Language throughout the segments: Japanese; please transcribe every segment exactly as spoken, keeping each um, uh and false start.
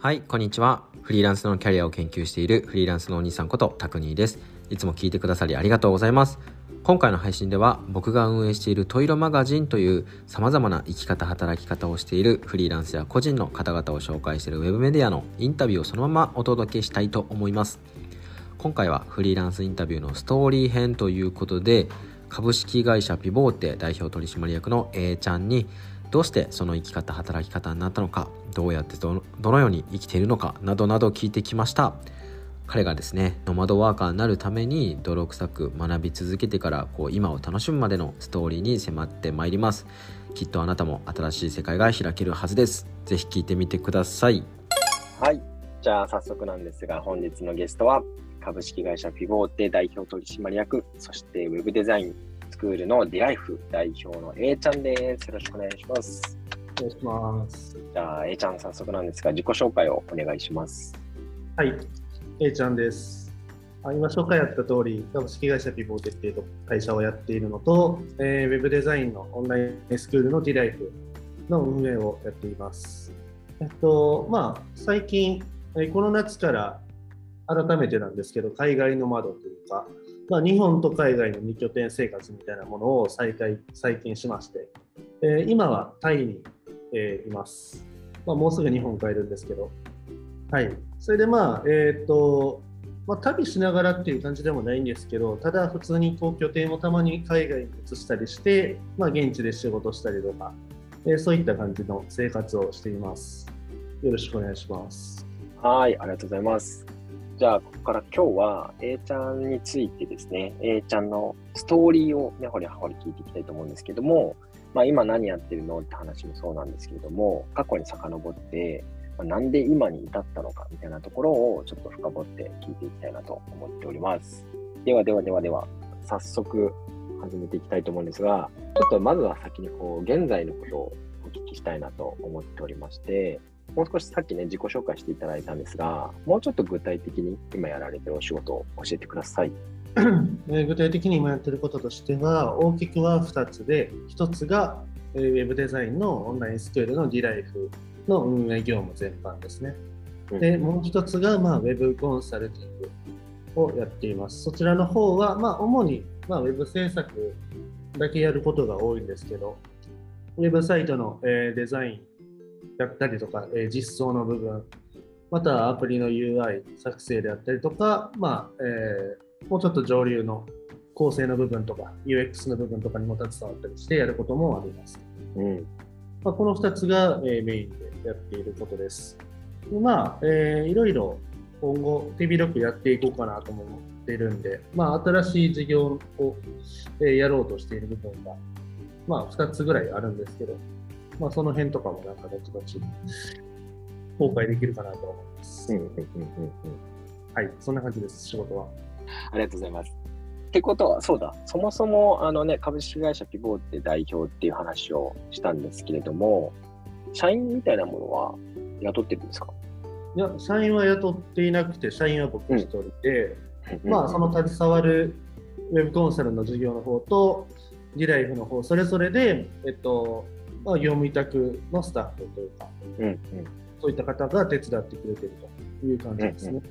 はい、こんにちは。フリーランスのキャリアを研究しているフリーランスのお兄さんことタクニーです。いつも聞いてくださりありがとうございます。今回の配信では僕が運営しているトイロマガジンという様々な生き方働き方をしているフリーランスや個人の方々を紹介しているウェブメディアのインタビューをそのままお届けしたいと思います。今回はフリーランスインタビューのストーリー編ということで、株式会社ピボーテ代表取締役の A ちゃんにどうしてその生き方働き方になったのか、どうやってどの、どのように生きているのかなどなど聞いてきました。彼がですね、ノマドワーカーになるために泥臭く学び続けてからこう今を楽しむまでのストーリーに迫ってまいります。きっとあなたも新しい世界が開けるはずです。ぜひ聞いてみてください。 はい、じゃあ早速なんですが、本日のゲストは株式会社ピボーテ代表取締役、そしてウェブデザインスクールのディライフ代表の A ちゃんです。よろしくお願いします。 お願いします。 じゃあ A ちゃん、早速なんですが自己紹介をお願いします。 はい、A ちゃんです。今紹介あった通り、株式会社ピボーテっていう会社をやっているのと、えー、ウェブデザインのオンラインスクールのディライフの運営をやっています。えっとまあ最近この夏から改めてなんですけど、海外の窓というか、まあ、日本と海外のに拠点生活みたいなものを再開再建しまして、えー、今はタイに、えー、います。まあ、もうすぐ日本帰るんですけど、はい。それでまあ、えっと、まあ、旅しながらっていう感じでもないんですけど、ただ普通にこう拠点をたまに海外に移したりして、まあ、現地で仕事したりとか、えー、そういった感じの生活をしています。よろしくお願いします。 はい、ありがとうございます。じゃあここから今日は A ちゃんについてですね、 A ちゃんのストーリーをねほりはほり聞いていきたいと思うんですけども、まあ、今何やってるのって話もそうなんですけれども、過去に遡って、まあ、なんで今に至ったのかみたいなところをちょっと深掘って聞いていきたいなと思っております。ではではではでは早速始めていきたいと思うんですが、ちょっとまずは先にこう現在のことをお聞きしたいなと思っておりまして、もう少しさっきね自己紹介していただいたんですが、もうちょっと具体的に今やられているお仕事を教えてください。 具体的に今やっていることとしては大きくはふたつで、ひとつがウェブデザインのオンラインスクールのディライフの運営業務全般ですね。でもうひとつが、まあ、ウェブコンサルティングをやっています。そちらの方は、まあ、主に、まあ、ウェブ制作だけやることが多いんですけど、ウェブサイトの、えー、デザインやったりとか、えー、実装の部分、またはアプリの ユーアイ 作成であったりとか、まあえー、もうちょっと上流の構成の部分とか ユーエックス の部分とかにも携わったりしてやることもあります。うんまあ、このふたつが、えー、メインでやっていることです。でまあえー、いろいろ今後手広くやっていこうかなとも思っているんで、まあ、新しい事業を、えー、やろうとしている部分が、まあ、ふたつぐらいあるんですけど、まあ、その辺とかもなんかどっちどっち公開できるかなと思います。うんうんうんうん、はい、そんな感じです、仕事は。 ありがとうございます。ってことは、そうだ、そもそもあの、ね、株式会社ピボーテ代表っていう話をしたんですけれども、社員みたいなものは雇ってるんですか？ いや、社員は雇っていなくて、社員は僕一人で、うん、まあ、その携わるウェブコンサルの事業の方と、ディライフの方、それぞれで、えっと、まあ、業務委託のスタッフというか、うんうん、そういった方が手伝ってくれているという感じですね。うんうん、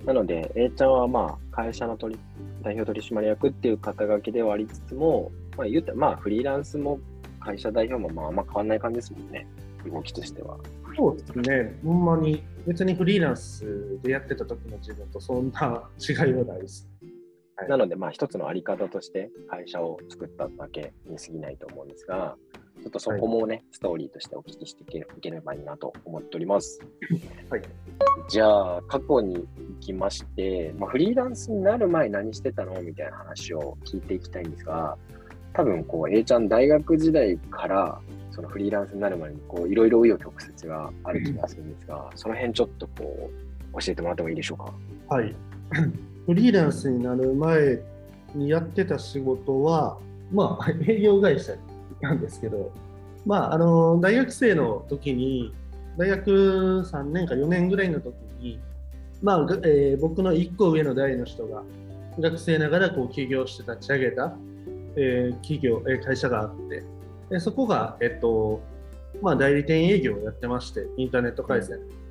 なので、A ちゃんはまあ会社の取代表取締役っていう肩書きではありつつも、まあ、言ったらまあフリーランスも会社代表もまああんま変わんない感じですもんね、動きとしては。 そうですね、ほんまに別にフリーランスでやってた時の自分とそんな違いはないです。 はい、なので、まあ一つのあり方として会社を作っただけに過ぎないと思うんですが、ちょっとそこもね、はい、ストーリーとしてお聞きしていければいいなと思っております。はい、じゃあ、過去に行きまして、まあ、フリーランスになる前何してたのみたいな話を聞いていきたいんですが、多分こう A ちゃん大学時代からそのフリーランスになる前にこういろいろ紆余曲折がある気がするんですが、その辺ちょっとこう教えてもらってもいいでしょうか。 はい。フリーランスになる前にやってた仕事は、まあ、営業会社なんですけど、まあ、あの大学生の時に、大学さんねんかよねんぐらいの時に、まあえー、僕のいっこ上の代の人が学生ながらこう起業して立ち上げた、えー、企業、えー、会社があって、でそこが、えっとまあ、代理店営業をやってまして、インターネット回線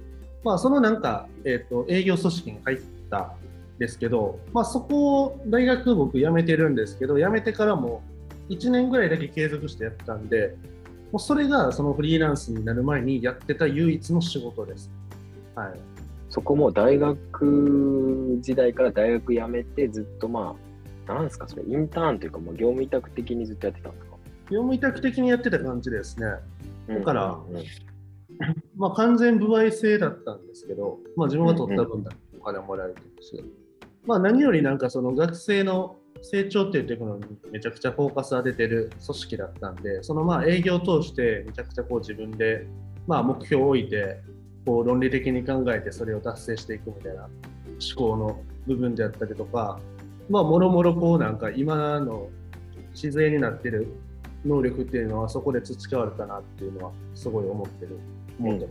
まあ、そのなんか、えっと、営業組織に入ったんですけど、まあ、そこを大学僕辞めてるんですけど、辞めてからもいちねんぐらいだけ継続してやってたんで、もうそれがそのフリーランスになる前にやってた唯一の仕事です。はい。 そこも大学時代から大学辞めてずっとまあ、なんですか、それ、インターンというか、もう業務委託的にずっとやってたんですか？ 業務委託的にやってた感じですね。だから、 うんうんうん、 まあ完全歩合制だったんですけど、まあ自分が取った分だけお金もらえてるし、うんうん、まあ何よりなんかその学生の成長っていうところにめちゃくちゃフォーカス当ててる組織だったんで、そのまあ営業を通してめちゃくちゃこう自分でまあ目標を置いて、こう論理的に考えてそれを達成していくみたいな思考の部分であったりとか、まあもろもろこうなんか今の自然になってる能力っていうのはそこで培われたなっていうのはすごい思ってる。 うんうんうん、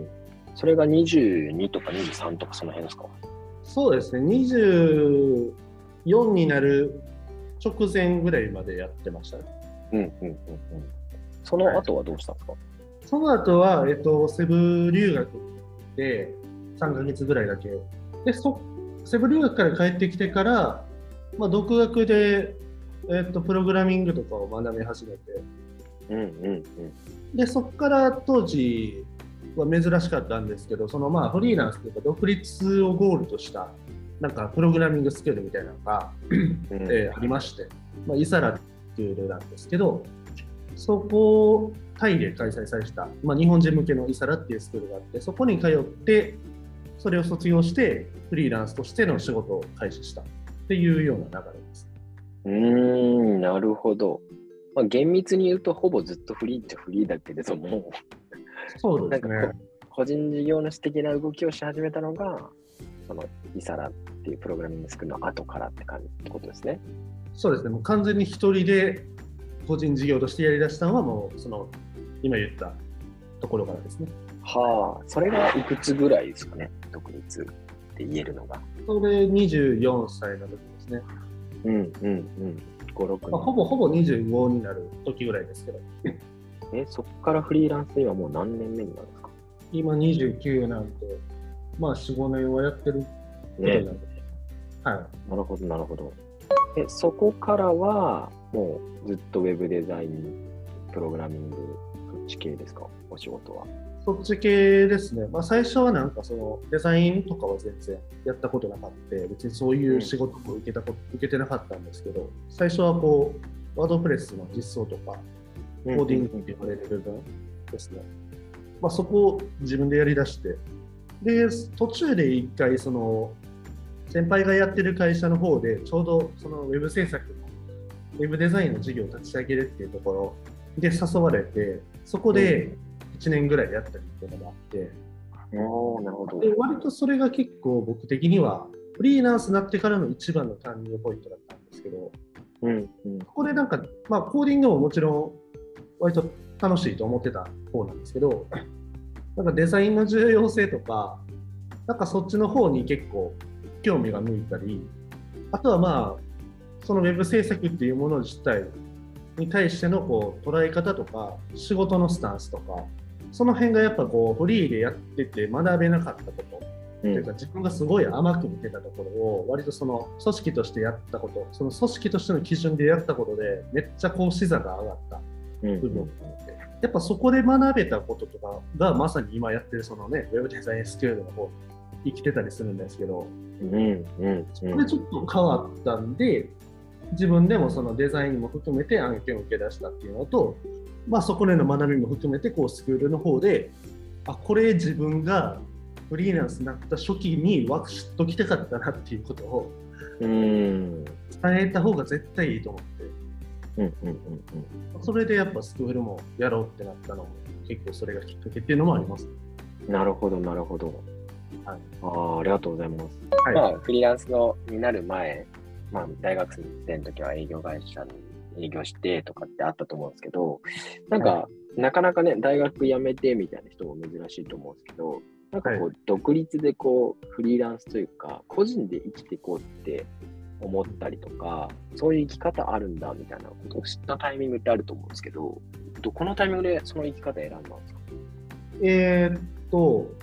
それがにじゅうにとかにじゅうさんとかその辺ですか？ そうですね、にじゅうよんになる直前ぐらいまでやってましたね。 うんうんうんうん。その後はどうしたんですか？はい、 その後は、えっと、セブ留学でさんかげつぐらいだけ。で、そセブ留学から帰ってきてから、まあ、独学で、えっと、プログラミングとかを学び始めて、 うんうんうん、 で、そこから当時は珍しかったんですけど、そのまあフリーランスというか独立をゴールとしたなんかプログラミングスクールみたいなのが、うんえー、ありまして、まあ、イサラっていうスクールなんですけど、そこをタイで開催された、まあ、日本人向けのイサラっていうスクールがあって、そこに通ってそれを卒業してフリーランスとしての仕事を開始したっていうような流れです。 うーん、なるほど。まあ、厳密に言うとほぼずっとフリーっちゃフリーだけれども、 そうですね。 なんか個人事業主的な動きをし始めたのがそのイサラっていうプログラミングスクールの後からって感じってことですね。 そうですね。もう完全に一人で個人事業としてやりだしたのはもうその今言ったところからですね。はあ、それがいくつぐらいですかね、独立って言えるのが。 それにじゅうよんさいの時ですね。 うんうんうん。ご、ろくねん。 まあ、ほぼほぼにじゅうごになる時ぐらいですけど。 え、そこからフリーランスにはもう何年目になるんですか？ 今にじゅうきゅうなんで、まあよん、ごねんはやってることになる、ね。はい。 なるほど、なるほど。え、そこからはもうずっとウェブデザイン、プログラミング、そっち系ですか？お仕事は。 そっち系ですね。まあ最初はなんかそのデザインとかは全然やったことなかった、別にそういう仕事も受けたこと、受けてなかったんですけど、最初はこう、ワードプレスの実装とか、コーディングって言われる部分ですね。まあそこを自分でやりだして、で、途中で一回その、先輩がやってる会社の方で、ちょうどそのウェブ制作の、ウェブデザインの事業を立ち上げるっていうところで誘われて、そこでいちねんぐらいやったりっていうのがあって、 うん、なるほど。 で割とそれが結構僕的には、フリーランスになってからの一番のターニングポイントだったんですけど、 うんうん、 ここでなんか、まあコーディングももちろん割と楽しいと思ってた方なんですけど、なんかデザインの重要性とか、なんかそっちの方に結構興味が向いたり、あとはまあそのウェブ制作っていうもの自体に対してのこう捉え方とか仕事のスタンスとか、その辺がやっぱこうフリーでやってて学べなかったこと、うん、というか自分がすごい甘く見てたところを割とその組織としてやったこと、その組織としての基準でやったことでめっちゃこう視座が上がった部分があって、うん、やっぱそこで学べたこととかがまさに今やってるそのねウェブデザインスクールの方に生きてたりするんですけど、 うんうんうん、 それちょっと変わったんで、自分でもそのデザインも含めて案件を受け出したっていうのと、まあ、そこでの学びも含めてこうスクールの方で、あ、これ自分がフリーランスになった初期に分かっときたかったなっていうことを伝えた方が絶対いいと思って、うんうんうんうん、それでやっぱスクールもやろうってなったのも結構それがきっかけっていうのもあります。 なるほどなるほど、はい、あ, ありがとうございます。 はい、まあ、フリーランスのになる前、まあ、大学生の時は営業会社に営業してとかってあったと思うんですけど、なんか、はい、なかなかね大学辞めてみたいな人も珍しいと思うんですけど、なんかこう、はい、独立でこうフリーランスというか個人で生きていこうって思ったりとか、そういう生き方あるんだみたいなことを知ったタイミングってあると思うんですけど、どこのタイミングでその生き方選んだんですか？ えー、っと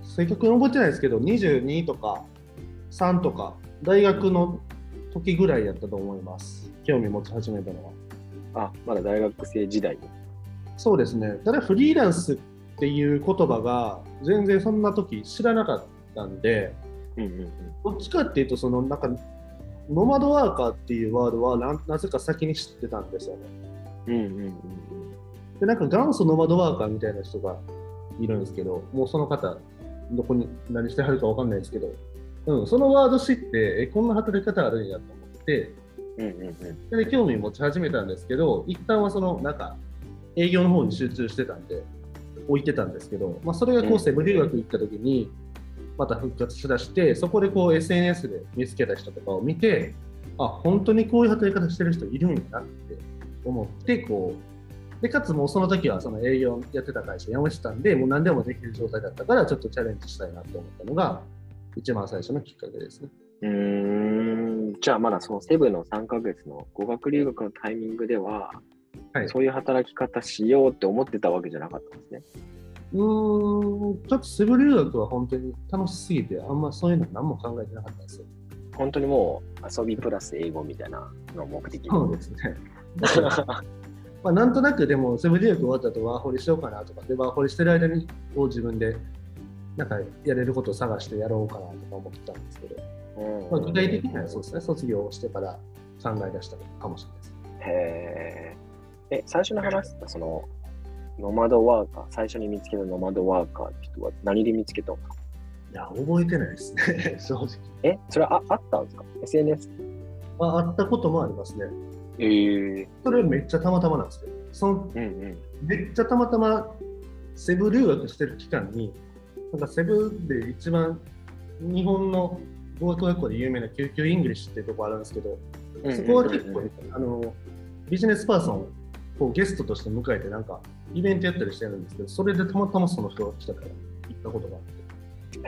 正確に覚えてないですけど、にじゅうにとかさんとか、大学の時ぐらいやったと思います。興味持ち始めたのは。 あ、まだ大学生時代に。 そうですね。ただフリーランスっていう言葉が全然そんな時知らなかったんで、 うんうんうん、 どっちかっていうと、そのなんかノマドワーカーっていうワードは な, なぜか先に知ってたんですよね。 うんうんうんうん、 で、なんか元祖ノマドワーカーみたいな人がいるんですけど、もうその方、どこに何してはるかわかんないですけど、うん、そのワード知って、え、こんな働き方あるんやと思って、うんうんうん、で興味持ち始めたんですけど、一旦はそのなんか営業の方に集中してたんで、置いてたんですけど、まあ、それがこうセブ留学行った時に、また復活しだして、そこでこう エスエヌエス で見つけた人とかを見て、あ、本当にこういう働き方してる人いるんやなって思って、こう、で、かつもうその時はその営業やってた会社辞めてたんで、もう何でもできる状態だったから、ちょっとチャレンジしたいなって思ったのが、一番最初のきっかけですね。 うーん、じゃあまだそのセブのさんかげつの語学留学のタイミングでは、はい、そういう働き方しようって思ってたわけじゃなかったんですね。 うーん、ちょっとセブ留学は本当に楽しすぎて、あんまそういうの何も考えてなかったんですよ。 本当にもう遊びプラス英語みたいなのを目的。 そうですね。まあなんとなくでもセブ留学終わった後ワーホリしようかなとか、でワーホリしてる間にこう自分でなんかやれることを探してやろうかなとか思ってたんですけど、うんまあ、具体的にはそうですね、卒業してから考え出したかもしれないです。 へー。え、最初に話したそのノマドワーカー、最初に見つけたノマドワーカーって人は何で見つけたの？ いや、覚えてないですね、正直。 え、それは あ, あったんですか エスエヌエス？ あ, あったこともありますね。 えー、 それめっちゃたまたまなんですけど、その、うんうん、めっちゃたまたまセブ留学してる期間に、なんかセブで一番日本の語学学校で有名なキューキューイングリッシュっていうところあるんですけど、うんうんうんうん、そこは結構、あのビジネスパーソンをこうゲストとして迎えてなんかイベントやったりしてるんですけど、それでたまたまその人が来たから行ったことがあって。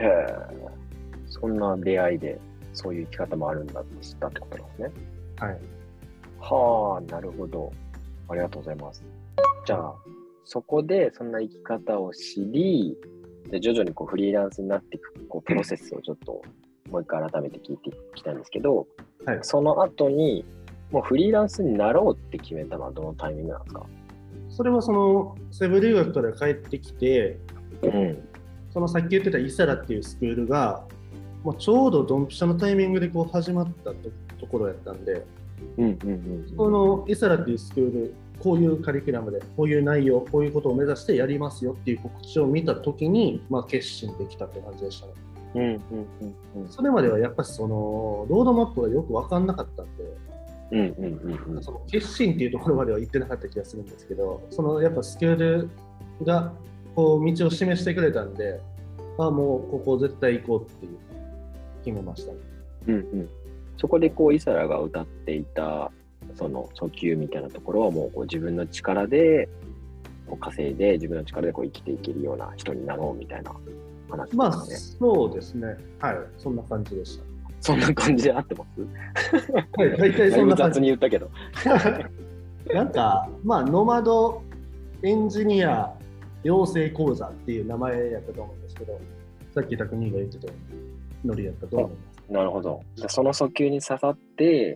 へえ、そんな出会いでそういう生き方もあるんだって知ったってことなんですね。 はい。 はあ、なるほど。ありがとうございます。じゃあ、そこでそんな生き方を知り、で徐々にこうフリーランスになっていくこうプロセスをちょっともう一回改めて聞いていきたいんですけど、はい、その後にもうフリーランスになろうって決めたのはどのタイミングなんですか？ それはそのセブ留学から帰ってきて、うん、そのさっき言ってたイサラっていうスクールがもうちょうどドンピシャのタイミングでこう始まった と, ところやったんで、うんうんうんうん、そのイサラっていうスクール、こういうカリキュラムでこういう内容、こういうことを目指してやりますよっていう告知を見たときに、まあ、決心できたって感じでしたね。うんうんうんうん、それまではやっぱりそのロードマップがよく分かんなかったんで、うんうんうんうん、その決心っていうところまでは言ってなかった気がするんですけど、そのやっぱスクールがこう道を示してくれたんで、あもうここ絶対行こうっていう決めましたね。 うんうん、そこでこうイサラが歌っていたその訴求みたいなところはもうこう自分の力でこう稼いで自分の力でこう生きていけるような人になろうみたいな話ですね。 まあそうですね。はい、そんな感じでした。 そんな感じで合ってますはい、大体そんな感じ。 雑に言ったけど。 なんか、まあ、ノマドエンジニア養成講座っていう名前やったと思うんですけど、さっき拓兄が言ってたノリやったと思います。 なるほど。じゃその訴求に刺さって、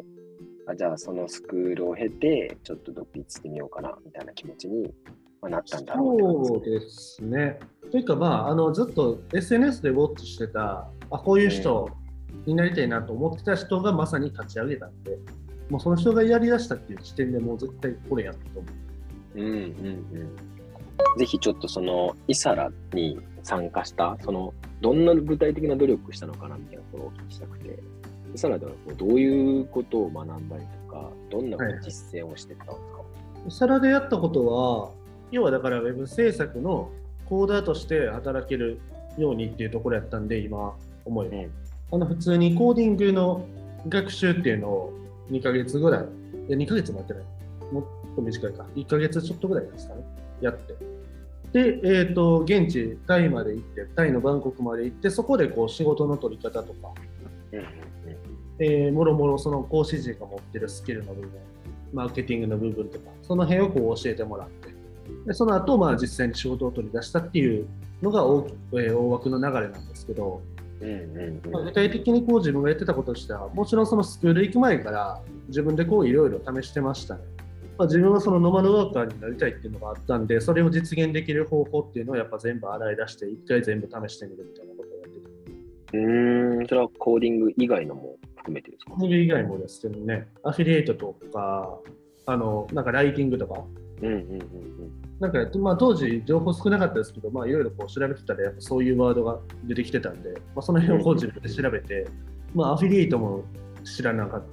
あじゃあそのスクールを経て、ちょっと独立してみようかなみたいな気持ちになったんだろう。 そうですね。というか、まあ、あのずっと エスエヌエス でウォッチしてた、あこういう人、うんになりたいなと思ってた人がまさに立ち上げたんで、もうその人がやりだしたっていう時点でもう絶対これやったと思う。うんうんうん。 ぜひちょっとそのイサラに参加したそのどんな具体的な努力したのかなみたいなことをお聞きしたくて、イサラではどういうことを学んだりとか、どんな実践をしてたんですか？はい、 イサラでやったことは、要はだからウェブ制作のコーダーとして働けるようにっていうところやったんで、今思えば。うんあの普通にコーディングの学習っていうのをにかげつぐらい、いやにかげつもやってない、もっと短いか、いっかげつちょっとぐらいですかね、やって。で、えーと、現地、タイまで行って、タイのバンコクまで行って、そこでこう仕事の取り方とか、えー、もろもろその講師陣が持ってるスキルの部分、マーケティングの部分とか、その辺をこう教えてもらって、 でその後、まあ実際に仕事を取り出したっていうのが 大,、えー、大枠の流れなんですけど、 うんうんうんまあ、具体的にこう自分がやってたこととしては、もちろんそのスクール行く前から自分でこういろいろ試してましたね。まあ、自分はそのノマドワーカーになりたいっていうのがあったんで、それを実現できる方法っていうのをやっぱ全部洗い出して、一回全部試してみるみたいなことをやってて。 うーん、それはコーディング以外のも含めてですか？ それ以外もですけどね、アフィリエイトとか、あの、なんかライティングとか、 うんうんうんうん。 なんか、まあ、当時情報少なかったですけど、まあ、いろいろこう調べてたらやっぱそういうワードが出てきてたんで、まあ、その辺をこう自分で調べて、まあ、アフィリエイトも知らなかった、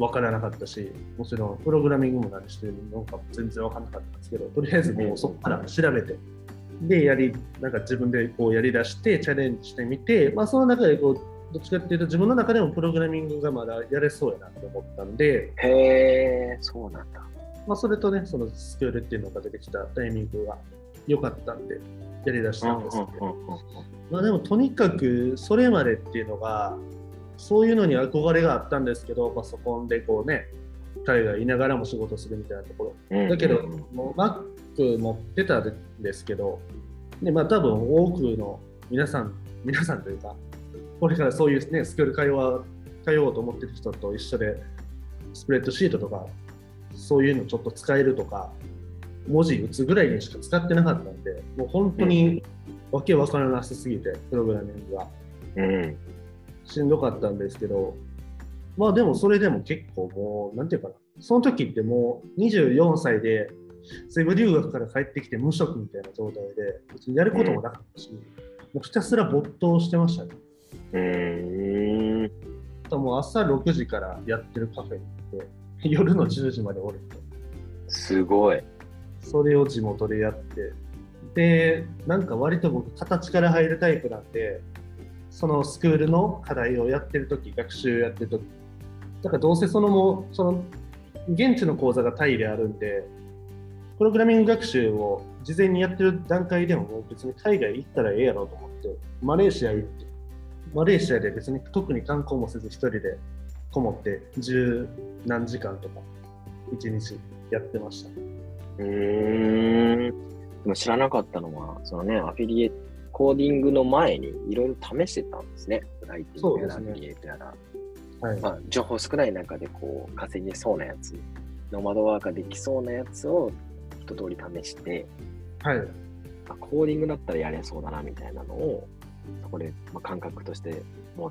わからなかったし、もちろんプログラミングも何してるのか全然わからなかったんですけど、とりあえずもうそこから調べて、で、やり、なんか自分でこうやり出してチャレンジしてみて、まあ、その中でこう、どっちかっていうと自分の中でもプログラミングがまだやれそうやなと思ったんで、 へえ、そうなんだ。 まあ、それとね、そのスクールっていうのが出てきたタイミングが良かったんで、やりだしたんですけど、まあでもとにかくそれまでっていうのが、そういうのに憧れがあったんですけど、パソコンでこうね、海外いながらも仕事するみたいなところ。だけど、もう Mac 持ってたんですけど、でまあ多分多くの皆さん、皆さんというか、これからそういうね、スクール通わ通おうと思ってる人と一緒で、スプレッドシートとか、そういうのちょっと使えるとか、文字打つぐらいにしか使ってなかったんで、もう本当にわけわからなさすぎて、プログラミングが。 うん、 しんどかったんですけど、まあでもそれでも結構もう、なんていうかな、その時ってもうにじゅうよんさいで、セブ留学から帰ってきて無職みたいな状態で、別にやることもなかったし、うん、もうひたすら没頭してましたね。 うーん。 もう朝ろくじからやってるカフェに行って、夜のじゅうじまでおると。 すごい。 それを地元でやって、で、なんか割と僕、形から入るタイプなんで、そのスクールの課題をやってるとき、学習やってるとき、だからどうせそのもう、その、現地の講座がタイであるんで、プログラミング学習を事前にやってる段階でももう別に海外行ったらええやろうと思って、マレーシア行って、マレーシアで別に特に観光もせず一人でこもって十何時間とか一日やってました。 うーん。でも知らなかったのは、そのね、アフィリエイト、コーディングの前にいろいろ試してたんですね。ライティングやら、アフィリエイトやら。はい、まあ、情報少ない中でこう稼げそうなやつ、ノマドワーカーできそうなやつを一通り試して、 はい、 まあ、コーディングだったらやれそうだなみたいなのを、そこでまあ感覚として持って、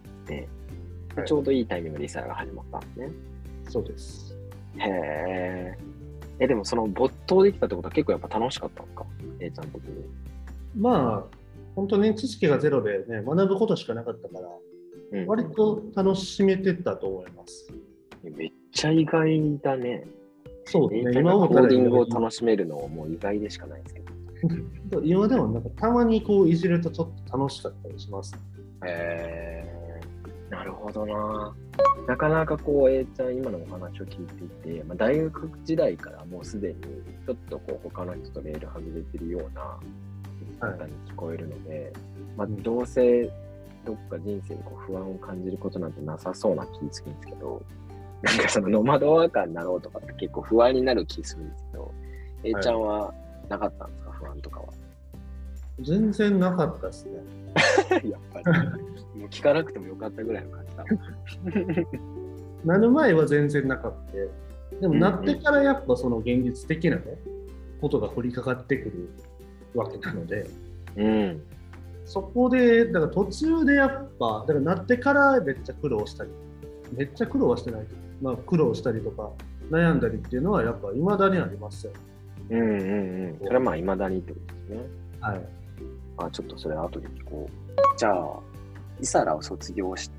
はい、ちょうどいいタイミングでイサラが始まったんですね。 そうです。 へえ。え、でもその没頭できたってことは結構やっぱ楽しかったのか、A ちゃん的に。 まあ、本当に知識がゼロでね、学ぶことしかなかったから、うん、割と楽しめてたと思います。 めっちゃ意外だね。 そうですね。 今コーディングを楽しめるのはもう意外でしかないですけど。今でもなんかたまにこういじるとちょっと楽しかったりします。 へえー、なるほどな。なかなかこう A ちゃん今のお話を聞いていて、まあ、大学時代からもうすでにちょっとこう他の人とレール外れてるような方に聞こえるので、はい、まあ、どうせどっか人生にこう不安を感じることなんてなさそうな気がするんですけど、なんかそのノマドワーカーになろうとかって結構不安になる気するんですけど、A ちゃんはなかったんですか、不安とかは。 全然なかったですね。 やっぱり。もう聞かなくてもよかったぐらいの感じだ。 なる前は全然なかった。でもなってからやっぱその現実的なね、ことが降りかかってくるわけなので、 うん、 そこで、だから途中でやっぱ、だからなってからめっちゃ苦労したり、めっちゃ苦労はしてないけど、まあ苦労したりとか悩んだりっていうのはやっぱ未だにありますよ。 うんうんうん。それはまあ未だにってことですね。 はい。 あ、ちょっとそれ後で聞こう。じゃあ、イサラを卒業して、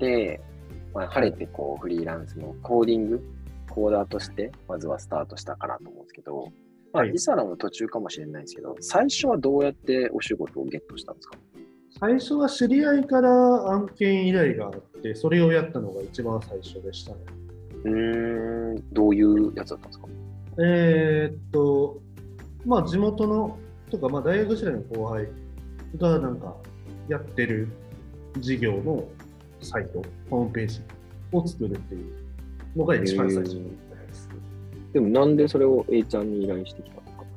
まあ、晴れてこうフリーランスのコーディング、コーダーとしてまずはスタートしたかなと思うんですけど、まあ、イサラの途中かもしれないですけど、最初はどうやってお仕事をゲットしたんですか？ 最初は知り合いから案件依頼があって、それをやったのが一番最初でしたね。 うーん、どういうやつだったんですか？ えー、っと、まあ地元の、とかまあ大学時代の後輩がなんかやってる事業のサイト、ホームページを作るっていうのが一番最初のやつ。 でもなんでそれを A ちゃんに依頼してきたんですか？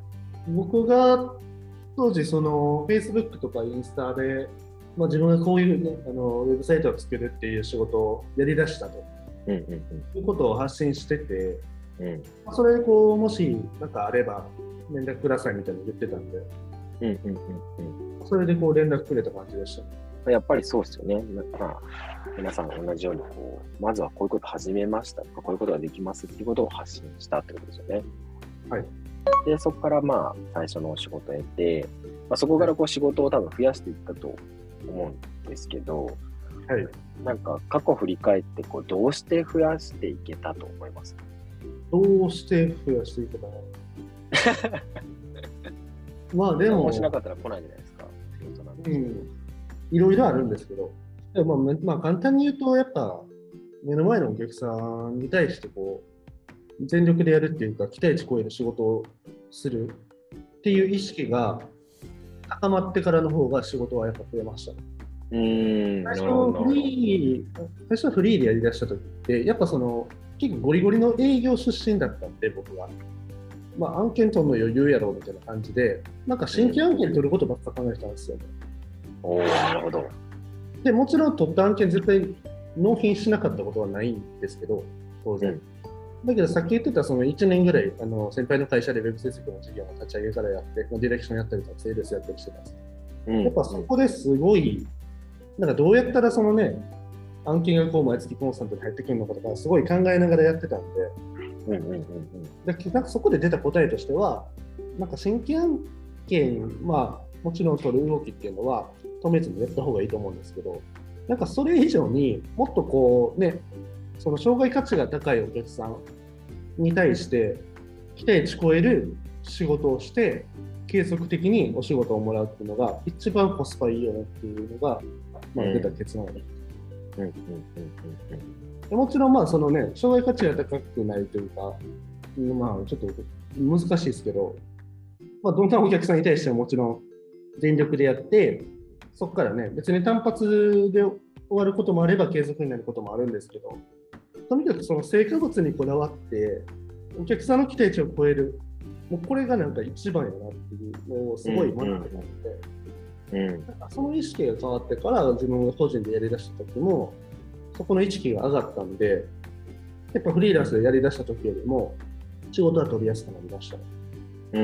僕が当時その Facebook とかインスタで、まあ、自分がこういう、ね、あのウェブサイトを作るっていう仕事をやりだしたと、うんうんうん、いうことを発信してて、うん、それでこうもし何かあれば連絡くださいみたいなの言ってたんで、うんうんうんうん、それでこう連絡くれた感じでした。 やっぱりそうですよね。まあ、皆さん同じようにこうまずはこういうこと始めましたとかこういうことができますっていうことを発信したってことですよね。はい。でそこからまあ最初のお仕事を得て、まあ、そこからこう仕事を多分増やしていったと思うんですけど、はい、なんか過去振り返ってこうどうして増やしていけたと思いますか？ どうして増やしていけたのまあでももしなかったら来ないじゃないですか。 うん、いろいろあるんですけど、でもまあ、まあ簡単に言うとやっぱ目の前のお客さんに対してこう全力でやるっていうか期待値超える仕事をするっていう意識が高まってからの方が仕事はやっぱ増えました。うーん、最初フリー、最初はフリーでやりだした時ってやっぱその結構ゴリゴリの営業出身だったんで僕は、まあ、案件取るの余裕やろうみたいな感じでなんか新規案件取ることばっか考えてたんですよね。 おー、なるほど。 でもちろん取った案件絶対納品しなかったことはないんですけど当然、うん、だけどさっき言ってたそのいちねんぐらいあの先輩の会社でウェブ制作の事業の立ち上げからやってディレクションやったりとかセールスやったりしてたんです、うん、やっぱそこですごいなんかどうやったらそのね案件がこう毎月コンスタントに入ってくるのかとかすごい考えながらやってたんで、うんうんうんうん、だけどなんかそこで出た答えとしてはなんか新規案件まあもちろん取る動きっていうのは止めずにやった方がいいと思うんですけど、なんかそれ以上にもっとこうね、その障害価値が高いお客さんに対して期待値超える仕事をして継続的にお仕事をもらうっていうのが一番コスパいいよねっていうのが、まあ、出た結論です。もちろんまあそのね、障害価値が高くないというか、まあちょっと難しいですけど、まあどんなお客さんに対してももちろん全力でやって、そこからね、別に単発で終わることもあれば継続になることもあるんですけど、とにかくその成果物にこだわって、お客さんの期待値を超える、もうこれがなんか一番やなっていうのをすごい学んでたので、うんうん、なんかその意識が変わってから自分が個人でやりだした時も、そこの意識が上がったんで、やっぱフリーランスでやりだした時よりも仕事は取りやすくなりました。うん。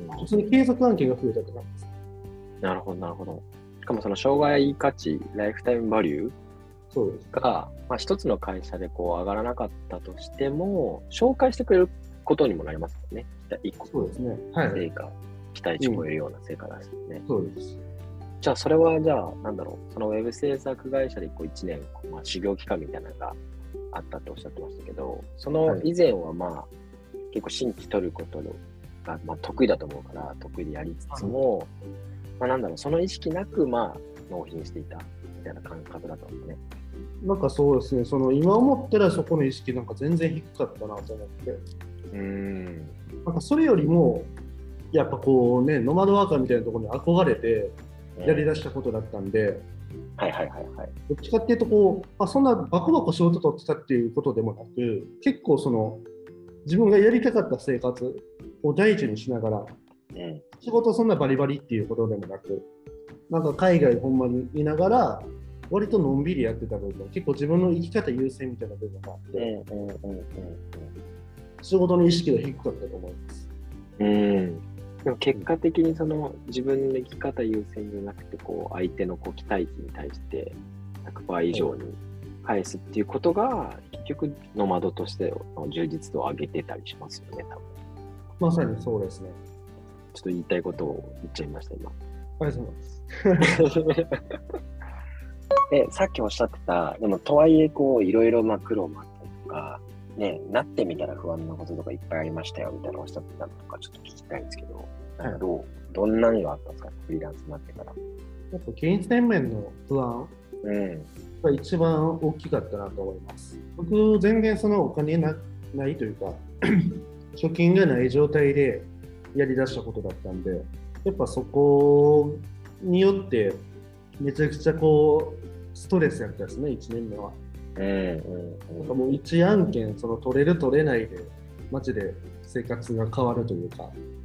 普通に継続案件が増えたって感じです。 なるほど、なるほど。しかもその障害価値、ライフタイムバリューが、まあ、一つの会社でこう上がらなかったとしても、紹介してくれることにもなりますよね。一個そうですね。はい。 成果、期待値超えるような成果ですよね、 うん。そうです。 じゃあ、それはじゃあ、なんだろう、そのウェブ制作会社でこういちねん、まあ、修行期間みたいなのがあったとおっしゃってましたけど、その以前はまあ、はい、結構新規取ることが、まあ、得意だと思うから、得意でやりつつも、はい、まあ、なんだろう、その意識なく、まあ、納品していたみたいな感覚だったんですね。 なんかそうですね、その今思ったらそこの意識なんか全然低かったなと思って。うーん。なんかそれよりも、やっぱこうね、ノマドワーカーみたいなところに憧れてやりだしたことだったんで、うん、 はいはいはいはい。 どっちかっていうとこう、まあ、そんなバコバコ仕事取ってたっていうことでもなく、結構その、自分がやりたかった生活を第一にしながら、うん、仕事そんなバリバリっていうことでもなく、なんか海外ほんまにいながら割とのんびりやってた部分、結構自分の生き方優先みたいな部分があって、うんうんうんうん、仕事の意識が低かったと思います。 うん。でも結果的にその自分の生き方優先じゃなくてこう相手のこう期待値に対してひゃくパーセント以上に返すっていうことが結局ノマドとしての充実度を上げてたりしますよね、多分。 まさにそうですね。 ちょっと言いたいことを言っちゃいました、今。 ありがとうございます。 で、さっきおっしゃってた、でもとはいえ、こう、いろいろまあ苦労もあったりとか、ね、なってみたら不安なこととかいっぱいありましたよみたいなおっしゃってたのとか、ちょっと聞きたいんですけど、なんかどう、はい、どんなのがあったんですか、フリーランスになってから。 やっぱ金銭面の不安が一番大きかったなと思います。僕、全然そのお金 な, ないというか、貯金がない状態でやりだしたことだったんで、やっぱそこによってめちゃくちゃこうストレスやったですね、いちねんめは。うんうんうん、なんかもう一案件その取れる取れないでマジで生活が変わるというか、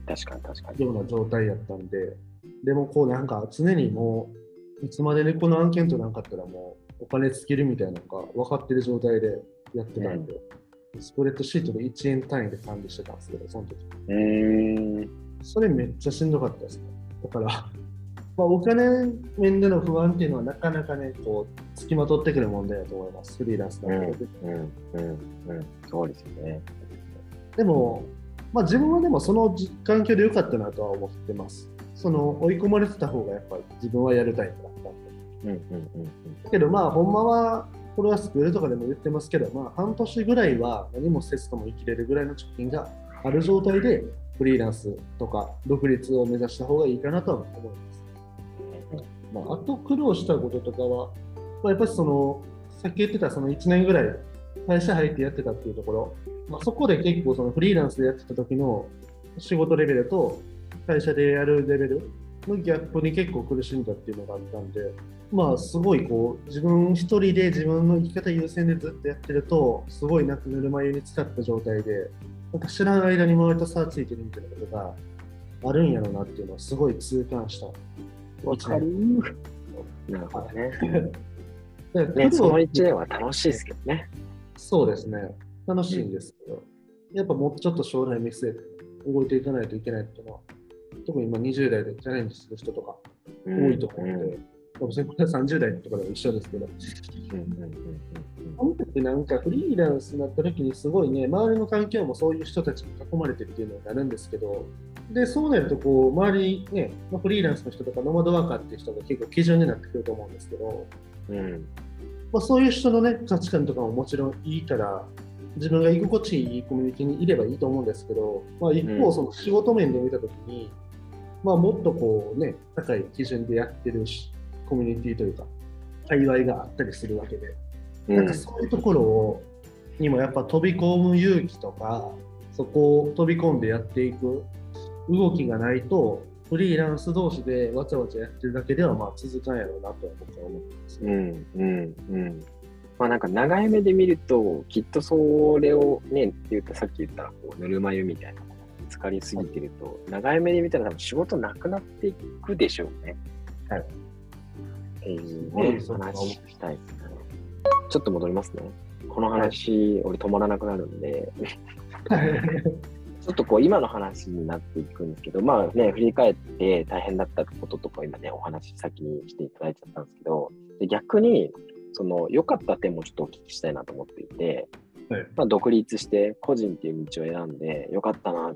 確かに確かに。 ような状態やったんで、でもこうなんか常にもういつまでにこの案件取らんかったらもうお金つけるみたいなのが分かってる状態でやってたんで、うん、スプレッドシートでいちえん単位で管理してたんですけど、その時。 うーん。 それめっちゃしんどかったですね。だから、まあ、お金面での不安っていうのはなかなかね、こう、付きまとってくる問題だと思います。フリーランスなんで。 うん、うん、うん、うん。そうですよね。 でも、まあ自分はでもその環境で良かったなとは思ってます。その追い込まれてた方がやっぱり自分はやるタイプだったんで。 うん、うん、うん。 だけどまあ、ほんまは、これはスクールとかでも言ってますけど、まあ半年ぐらいは何もせずとも生きれるぐらいの貯金がある状態で、フリーランスとか独立を目指した方がいいかなとは思います。まあ、あと苦労したこととかは、まあ、やっぱりその、さっき言ってたそのいちねんぐらい会社入ってやってたっていうところ、まあ、そこで結構そのフリーランスでやってた時の仕事レベルと会社でやるレベルのギャップに結構苦しんだっていうのがあったんで、まあすごいこう自分一人で自分の生き方優先でずっとやってると、すごいなんかぬるま湯に浸かった状態で、なんか知らん間に周りと差ついてるみたいなことがあるんやろうなっていうのはすごい痛感した。 わかる。なるほどね。 ね、 そのいちねんは楽しいですけどね。 そうですね。楽しいんですけど、うん、やっぱもうちょっと将来見据えて動いていかないといけないっていうのは、特に今にじゅう代でチャレンジする人とか多いと思うので、うんうん、それこれさんじゅう代とかでも一緒ですけど、その時なんかフリーランスになった時にすごいね、周りの環境もそういう人たちに囲まれてっていうのになるんですけど、で、そうなるとこう、周りね、フリーランスの人とかノマドワーカーっていう人が結構基準になってくると思うんですけど、うんまあ、そういう人のね、価値観とかももちろんいいから、自分が居心地いいコミュニティにいればいいと思うんですけど、まあ、一方、その仕事面で見たときに、うん、まあ、もっとこうね、高い基準でやってるコミュニティというか、界隈があったりするわけで、うん、なんかそういうところをにもやっぱ飛び込む勇気とか、そこを飛び込んでやっていく動きがないと、フリーランス同士でわちゃわちゃやってるだけではまあ続かんやろうなとは僕は思ってます。 うんうんうん。まあなんか長い目で見ると、きっとそれをね、言うとさっき言ったこうぬるま湯みたいなものに浸かりすぎてると、はい、長い目で見たら多分仕事なくなっていくでしょうね。はい。っていうね、話したいですね。ちょっと戻りますね。この話、はい、俺止まらなくなるんで。ちょっとこう今の話になっていくんですけど、まあね、振り返って大変だったこととか今ね、お話先にしていただいちゃったんですけど、で逆に、その良かった点もちょっとお聞きしたいなと思っていて、はいまあ、独立して個人っていう道を選んで良かったなって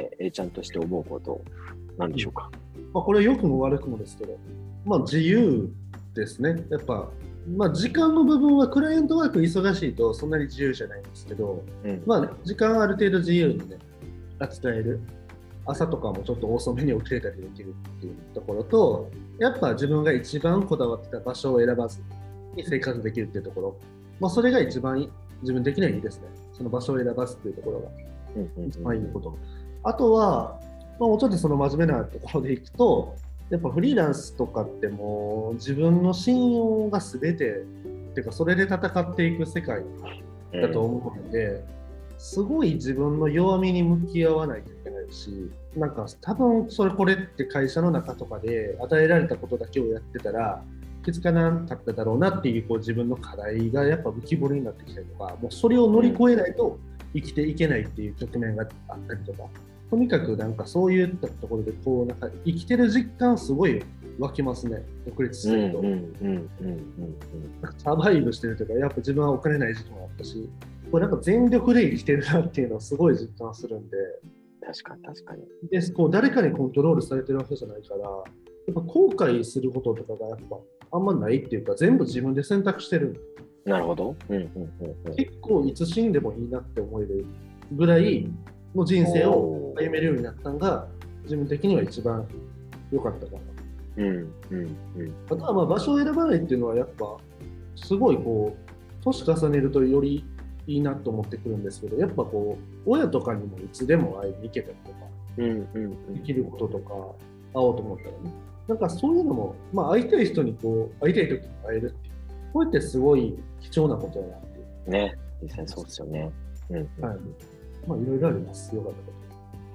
A ちゃんとして思うことなんでしょうか。 うんまあ、これは良くも悪くもですけど、まあ自由ですね。やっぱ、まあ時間の部分はクライアントワーク忙しいとそんなに自由じゃないんですけど、うん、まあ時間ある程度自由にね、伝える。朝とかもちょっと遅めに起きれたりできるっていうところと、やっぱ自分が一番こだわってた場所を選ばずに生活できるっていうところ、まあ、それが一番自分的にはいいですね。その場所を選ばすっていうところが一番いいこと。あとは、まあ、もうちょっとその真面目なところでいくと、やっぱフリーランスとかってもう自分の信用が全て、っていうかそれで戦っていく世界だと思うので、うんすごい自分の弱みに向き合わないといけないし、なんか多分それこれって会社の中とかで与えられたことだけをやってたら気づかなかっただろうなっていう、こう自分の課題がやっぱ浮き彫りになってきたりとか、もうそれを乗り越えないと生きていけないっていう局面があったりとか、とにかくなんかそういったところでこうなんか生きてる実感すごい湧きますね。独立するとサバイブしてるというか、やっぱ自分はお金ない時期もあったし、これなんか全力で生きてるなっていうのをすごい実感するんで。 確かに確かに。 で、こう誰かにコントロールされてるわけじゃないから、やっぱ後悔することとかがやっぱあんまないっていうか、全部自分で選択してる。 なるほど。うんうんうんうん、結構いつ死んでもいいなって思えるぐらいの人生を歩めるようになったのが、自分的には一番良かったかな。うんうんうん、あとはまあ場所を選ばないっていうのはやっぱすごいこう年重ねるとよりいいなと思ってくるんですけど、やっぱこう親とかにもいつでも会いに行けたりとか、うんうんうん、できることとか会おうと思ったらね、なんかそういうのも、まあ、会いたい人にこう会いたい時に会えるっていう、こうやってすごい貴重なことやなっていうね。実際そうですよね。うんうん、 はい、まあいろいろあります。よかったこ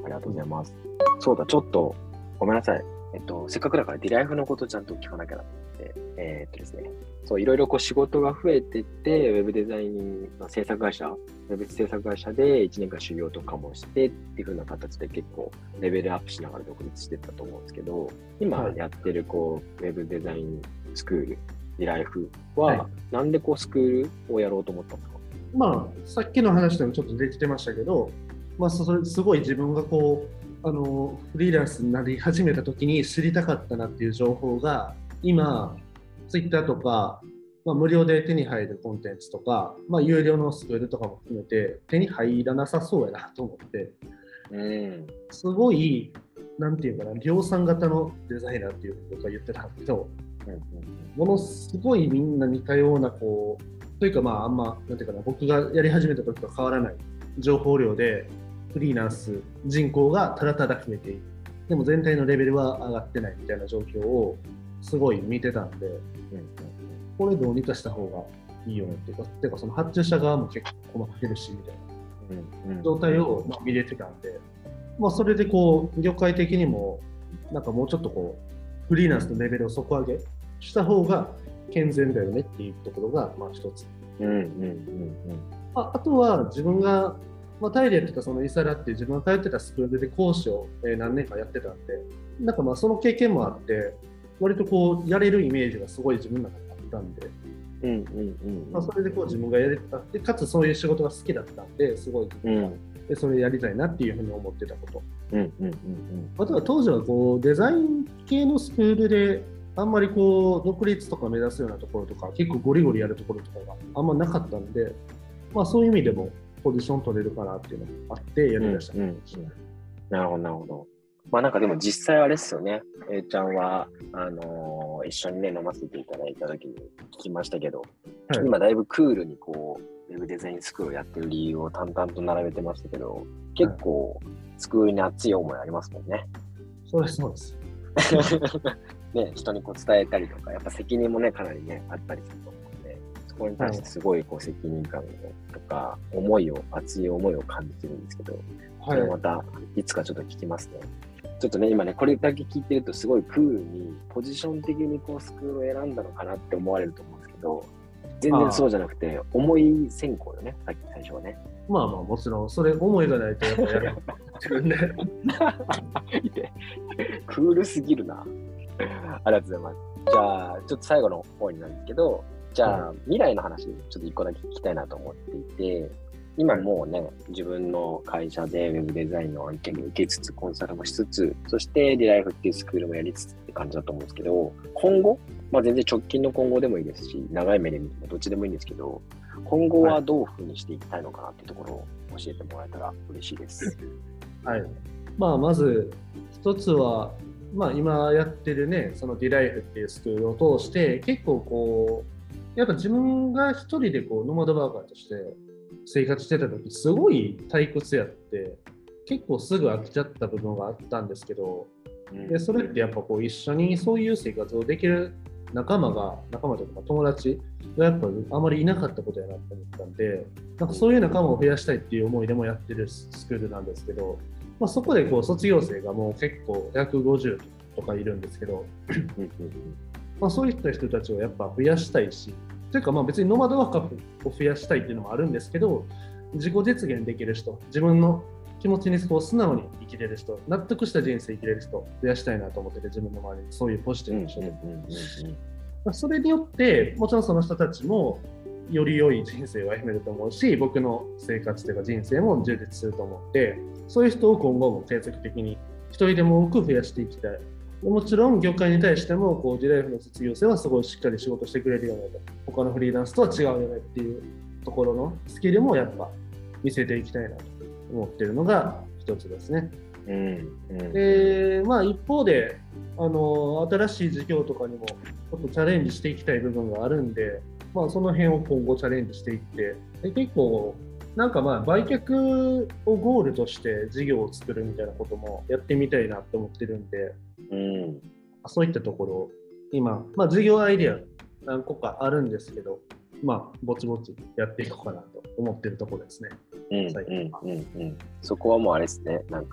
ありがとうございます。そうだ、ちょっと、ごめんなさい。えっと、せっかくだからディライフのことちゃんと聞かなきゃなって、えー、っとですね、そう、いろいろこう仕事が増えてって、ウェブデザインの制作会社、ウェブ制作会社でいちねんかん修行とかもしてっていう風な形で結構レベルアップしながら独立してったと思うんですけど、今やってるこう、ウェブデザインスクール、ディライフは、はい、なんでこうスクールをやろうと思ったんですか？ まあ、さっきの話でもちょっと出てましたけど、まあ、それすごい自分がこう、あの、フリーランスになり始めた時に知りたかったなっていう情報が、今、ツイッターとか、まあ、無料で手に入るコンテンツとか、まあ、有料のスクールとかも含めて手に入らなさそうやなと思って、うん、すごい、なんていうかな、量産型のデザイナーっていうことが言ってたんですけど、うんうん、ものすごいみんな似たような、こう、というかまあ、あんま、なんていうかな、僕がやり始めた時と変わらない情報量で、フリーランス人口がただただ増えている。でも全体のレベルは上がってないみたいな状況をすごい見てたんで、うん、これどうにかした方がいいよねっていうか、てかその発注者側も結構細かけるしみたいな状態をまあ見れてたんで、まあ、それでこう業界的にもなんかもうちょっとこうフリーランスのレベルを底上げした方が健全だよねっていうところがまあ一つ。うんうんうんうん、あ, あとは自分が、まあ、タイでやってたそのイサラっていう自分が通ってたスクールで講師を何年かやってたんで、なんかまあその経験もあって割とこうやれるイメージがすごい自分の中にあったんで、うんうんうんまあ、それでこう自分がやれたでかつそういう仕事が好きだったんですごい自分が、うん、でそれやりたいなっていうふうに思ってたこと、うんうんうんうん、あとは当時はこうデザイン系のスクールであんまりこう独立とか目指すようなところとか結構ゴリゴリやるところとかがあんまなかったんで、まあ、そういう意味でもポジション取れるかなっていうのもあってやりだした、うんうんうん、 なるほどなるほど。まあなんかでも実際あれですよね。A ちゃんはあのー、一緒にね飲ませていただいた時に聞きましたけど、はい、今だいぶクールにこうウェブデザインスクールをやってる理由を淡々と並べてましたけど、結構スクールに熱い思いありますもんね。 そうですそうです。 ね、人にこう伝えたりとか、やっぱ責任もねかなりねあったりすると思うので、そこに対してすごいこう責任感とか思いを熱い思いを感じてるんですけど、それまたいつかちょっと聞きますね。ちょっとね今ねこれだけ聞いてるとすごいクールにポジション的にこうスクールを選んだのかなって思われると思うんですけど、全然そうじゃなくて思い先行よね、さっき最初はね。 まあまあもちろんそれ思いがないとやっぱやる自分でクールすぎるな。ありがとうございます。じゃあちょっと最後の方になるんですけど、じゃあ、うん、未来の話ちょっと一個だけ聞きたいなと思っていて、今もうね、自分の会社でウェブデザインの案件も受けつつ、コンサルもしつつ、そしてディライフっていうスクールもやりつつって感じだと思うんですけど、今後、まあ全然直近の今後でもいいですし、長い目で見てもどっちでもいいんですけど、今後はどういうふうにしていきたいのかなっていうところを教えてもらえたら嬉しいです。 はい。まあまず一つは、まあ今やってるね、そのディライフっていうスクールを通して、結構こう、やっぱ自分が一人でこうノマドワーカーとして生活してた時すごい退屈やって結構すぐ飽きちゃった部分があったんですけど、うん、でそれってやっぱこう一緒にそういう生活をできる仲間が仲間とか友達がやっぱあまりいなかったことやなと思ったんで、なんかそういう仲間を増やしたいっていう思いでもやってるスクールなんですけど、まあ、そこでこう卒業生がもう結構ひゃくごじゅうとかいるんですけどまあそういった人たちをやっぱ増やしたいし、というかまあ別にノマドワーカーを増やしたいっていうのもあるんですけど、自己実現できる人、自分の気持ちにこう素直に生きれる人、納得した人生生きれる人を増やしたいなと思ってて、自分の周りにそういうポジティブな人で、それによってもちろんその人たちもより良い人生を歩めると思うし、僕の生活というか人生も充実すると思って、そういう人を今後も継続的に一人でも多く増やしていきたい。もちろん業界に対してもこうディライフの卒業生はすごいしっかり仕事してくれるよねと、他のフリーランスとは違うよねっていうところのスキルもやっぱ見せていきたいなと思っているのが一つですね。うんうん、でまあ一方であの新しい事業とかにもちょっとチャレンジしていきたい部分があるんで、まあ、その辺を今後チャレンジしていって、で結構なんかまあ売却をゴールとして事業を作るみたいなこともやってみたいなと思ってるんで、うん、そういったところ今、まあ、事業アイデア何個かあるんですけど、まあぼちぼちやっていこうかなと思ってるところですね。 うんうんうんうん、そこはもうあれですね、なんか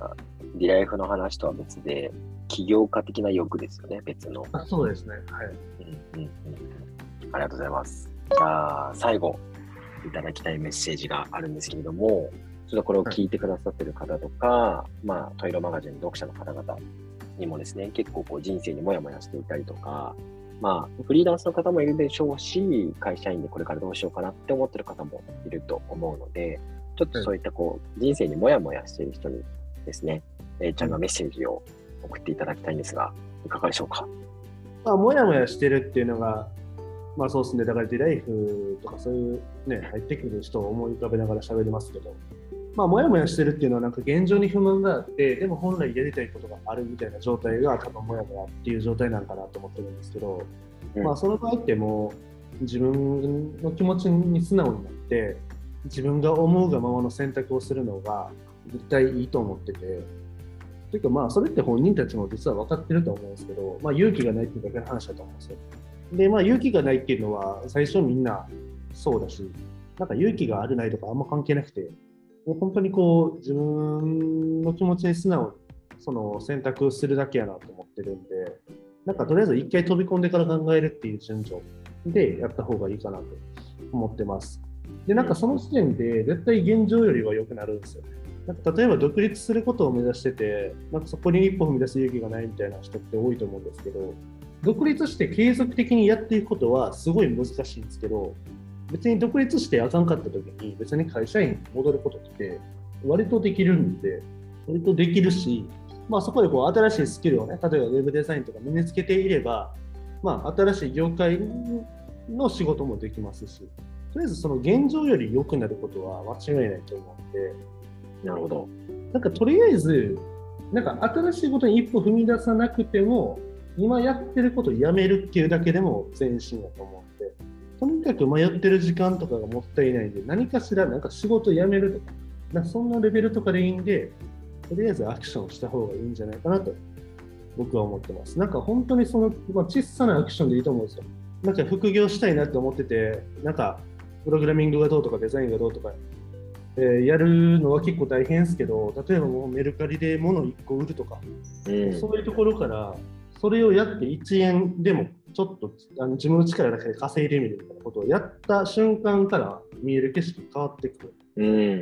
ディライフの話とは別で、起業家的な欲ですよね、別の。 あ、そうですね。はい。 うんうんうん。ありがとうございます。じゃあ、最後、いただきたいメッセージがあるんですけれども、ちょっとこれを聞いてくださっている方とか、はい、まあ、トイロマガジンの読者の方々にもですね、結構こう人生にもやもやしていたりとか、まあ、フリーランスの方もいるでしょうし、会社員でこれからどうしようかなって思ってる方もいると思うので、ちょっとそういったこう、人生にもやもやしている人にですね、Aちゃんがメッセージを送っていただきたいんですが、いかがでしょうか。 まあ、もやもやしてるっていうのが、まあそうですね、だからディライフとかそういうね、入ってくる人を思い浮かべながら喋りますけど、まあもやもやしてるっていうのはなんか現状に不満があって、でも本来やりたいことがあるみたいな状態が多分もやもやっていう状態なんかなと思ってるんですけど、うん、まあその場合ってもう自分の気持ちに素直になって、自分が思うがままの選択をするのが絶対いいと思ってて、というかまあそれって本人たちも実は分かってると思うんですけど、まあ勇気がないっていうだけの話だと思うんですよ。でまあ勇気がないっていうのは最初みんなそうだし、なんか勇気があるないとかあんま関係なくて、もう本当にこう自分の気持ちに素直にその選択するだけやなと思ってるんで、なんかとりあえず一回飛び込んでから考えるっていう順序でやった方がいいかなと思ってます。でなんかその時点で絶対現状よりは良くなるんですよね。なんか例えば独立することを目指してて、なんかそこに一歩踏み出す勇気がないみたいな人って多いと思うんですけど、独立して継続的にやっていくことはすごい難しいんですけど、別に独立してあかんかった時に別に会社員に戻ることって割とできるんで、割とできるし、まあそこでこう新しいスキルをね、例えばウェブデザインとか身につけていれば、まあ新しい業界の仕事もできますし、とりあえずその現状より良くなることは間違いないと思うんで、 なるほど。 なんかとりあえず、なんか新しいことに一歩踏み出さなくても、今やってることをやめるっていうだけでも前進だと思うんで、とにかく迷ってる時間とかがもったいないんで、何かしらなんか仕事辞めるとか、なんかそんなレベルとかでいいんで、とりあえずアクションした方がいいんじゃないかなと僕は思ってます。なんか本当にその、まあ、小さなアクションでいいと思うんですよ。なんか副業したいなって思ってて、なんかプログラミングがどうとかデザインがどうとか、えー、やるのは結構大変ですけど、例えばもうメルカリで物いっこ売るとか、うん、そういうところからそれをやっていちえんでもちょっとあの自分の力だけで稼いでみるみたいなことをやった瞬間から見える景色が変わってくる。うんうん、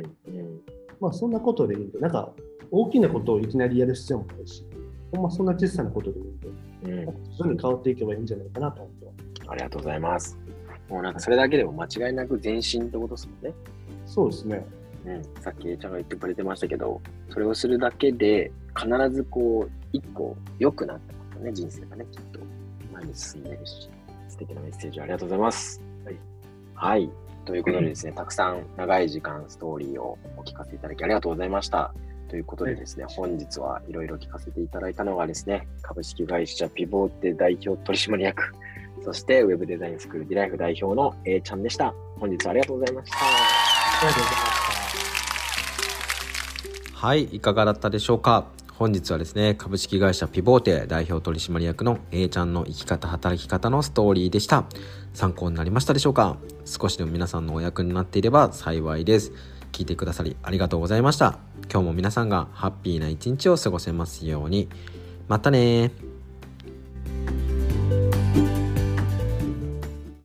まあそんなことでいいんで、なんか大きなことをいきなりやる必要もないし、ほんまそんな小さなことでいいんで、うん、徐々に変わっていけばいいんじゃないかなと思ってます。 ありがとうございます。もうなんかそれだけでも間違いなく前進ってことですもんね。 そうですね。 うん、さっき A ちゃんが言ってくれてましたけど、それをするだけで必ずこう一個良くなってますよね、人生がね、きっと前に進んでるし。素敵なメッセージありがとうございます。はい、はい、ということでですね、たくさん長い時間ストーリーをお聞かせいただきありがとうございました。ということでですね、はい、本日はいろいろ聞かせていただいたのがですね、株式会社ピボーテ代表取締役、そしてウェブデザインスクールディライフ代表の A ちゃんでした。本日はありがとうございました。ありがとうございました。 はい、いかがだったでしょうか。本日はですね、株式会社ピボーテ代表取締役の A ちゃんの生き方働き方のストーリーでした。参考になりましたでしょうか。少しでも皆さんのお役になっていれば幸いです。聞いてくださりありがとうございました。今日も皆さんがハッピーな一日を過ごせますように。またねー。